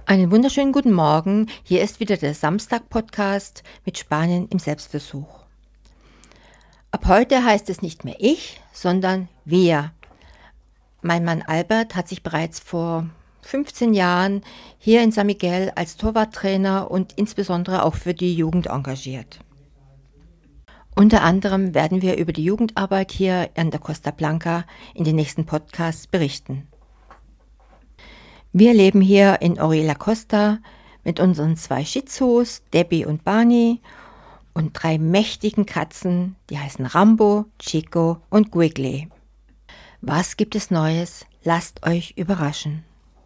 Einen wunderschönen guten Morgen. Hier ist wieder der Samstag-Podcast mit Spanien im Selbstversuch. Ab heute heißt es nicht mehr ich, sondern wir. Mein Mann Albert hat sich bereits vor 15 Jahren hier in San Miguel als Torwarttrainer und insbesondere auch für die Jugend engagiert. Unter anderem werden wir über die Jugendarbeit hier an der Costa Blanca in den nächsten Podcasts berichten. Wir leben hier in Orihuela Costa mit unseren 2 Shih Tzus, Debbie und Barney, und 3 mächtigen Katzen, die heißen Rambo, Chico und Quigley. Was gibt es Neues? Lasst euch überraschen.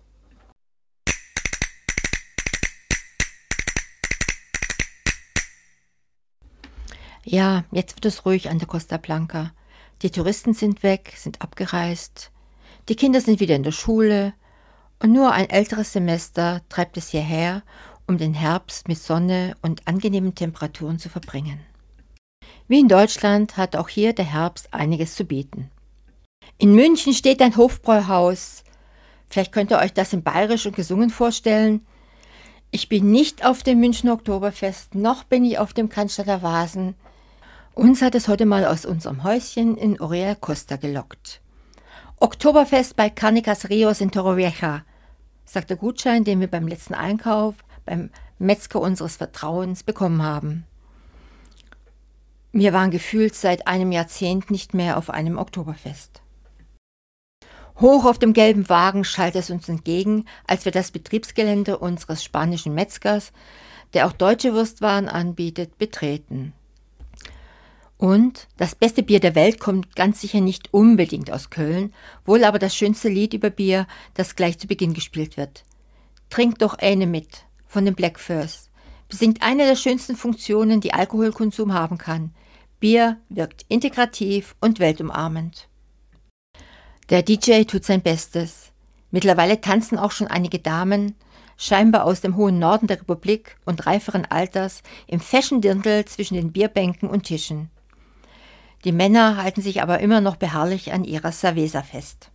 Ja, jetzt wird es ruhig an der Costa Blanca. Die Touristen sind weg, sind abgereist. Die Kinder sind wieder in der Schule. Und nur ein älteres Semester treibt es hierher, um den Herbst mit Sonne und angenehmen Temperaturen zu verbringen. Wie in Deutschland hat auch hier der Herbst einiges zu bieten. In München steht ein Hofbräuhaus. Vielleicht könnt ihr euch das in bayerisch und gesungen vorstellen. Ich bin nicht auf dem Münchner Oktoberfest, noch bin ich auf dem Cannstatter Vasen. Uns hat es heute mal aus unserem Häuschen in Orihuela Costa gelockt. Oktoberfest bei Carnicas Ríos in Torrevieja, sagt der Gutschein, den wir beim letzten Einkauf beim Metzger unseres Vertrauens bekommen haben. Wir waren gefühlt seit einem Jahrzehnt nicht mehr auf einem Oktoberfest. Hoch auf dem gelben Wagen schallt es uns entgegen, als wir das Betriebsgelände unseres spanischen Metzgers, der auch deutsche Wurstwaren anbietet, betreten. Und das beste Bier der Welt kommt ganz sicher nicht unbedingt aus Köln, wohl aber das schönste Lied über Bier, das gleich zu Beginn gespielt wird. Trink doch eine mit, von den Blackfurs. Besingt eine der schönsten Funktionen, die Alkoholkonsum haben kann. Bier wirkt integrativ und weltumarmend. Der DJ tut sein Bestes. Mittlerweile tanzen auch schon einige Damen, scheinbar aus dem hohen Norden der Republik und reiferen Alters, im Fashion-Dirndl zwischen den Bierbänken und Tischen. Die Männer halten sich aber immer noch beharrlich an ihrer Cerveza fest.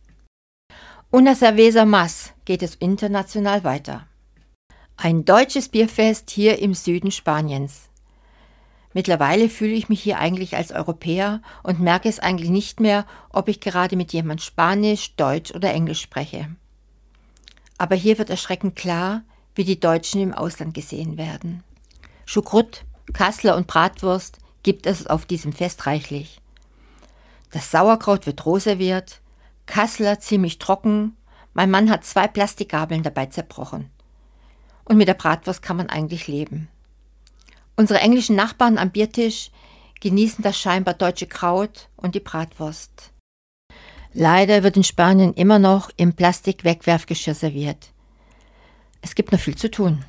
Una Cerveza más geht es international weiter. Ein deutsches Bierfest hier im Süden Spaniens. Mittlerweile fühle ich mich hier eigentlich als Europäer und merke es eigentlich nicht mehr, ob ich gerade mit jemand Spanisch, Deutsch oder Englisch spreche. Aber hier wird erschreckend klar, wie die Deutschen im Ausland gesehen werden. Schukrut, Kassler und Bratwurst gibt es auf diesem Fest reichlich. Das Sauerkraut wird roh serviert, Kassler ziemlich trocken, mein Mann hat 2 Plastikgabeln dabei zerbrochen. Und mit der Bratwurst kann man eigentlich leben. Unsere englischen Nachbarn am Biertisch genießen das scheinbar deutsche Kraut und die Bratwurst. Leider wird in Spanien immer noch im Plastik-Wegwerfgeschirr serviert. Es gibt noch viel zu tun.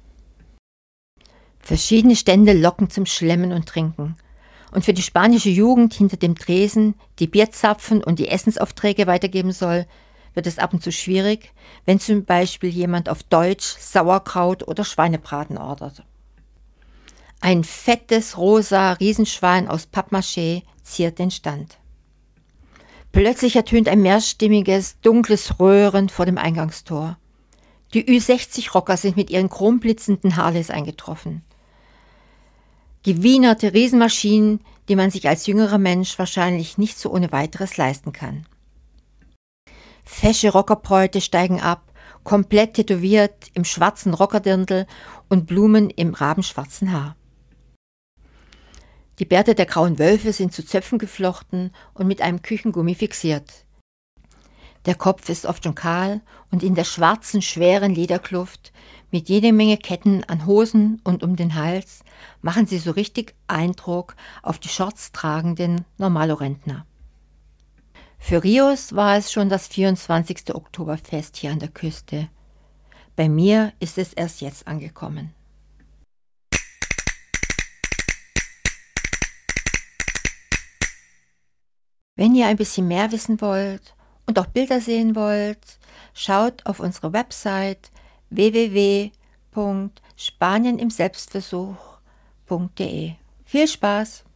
Verschiedene Stände locken zum Schlemmen und Trinken. Und für die spanische Jugend hinter dem Tresen, die Bierzapfen und die Essensaufträge weitergeben soll, wird es ab und zu schwierig, wenn zum Beispiel jemand auf Deutsch Sauerkraut oder Schweinebraten ordert. Ein fettes, rosa Riesenschwein aus Pappmaché ziert den Stand. Plötzlich ertönt ein mehrstimmiges, dunkles Röhren vor dem Eingangstor. Die Ü60-Rocker sind mit ihren chromblitzenden Harleys eingetroffen. Gewienerte Riesenmaschinen, die man sich als jüngerer Mensch wahrscheinlich nicht so ohne weiteres leisten kann. Fesche Rockerbräute steigen ab, komplett tätowiert im schwarzen Rockerdirndl und Blumen im rabenschwarzen Haar. Die Bärte der grauen Wölfe sind zu Zöpfen geflochten und mit einem Küchengummi fixiert. Der Kopf ist oft schon kahl und in der schwarzen, schweren Lederkluft mit jede Menge Ketten an Hosen und um den Hals machen sie so richtig Eindruck auf die Shorts tragenden Normalo-Rentner. Für Rios war es schon das 24. Oktoberfest hier an der Küste. Bei mir ist es erst jetzt angekommen. Wenn ihr ein bisschen mehr wissen wollt und auch Bilder sehen wollt, schaut auf unsere Website www.spanienimselbstversuch.de. Viel Spaß!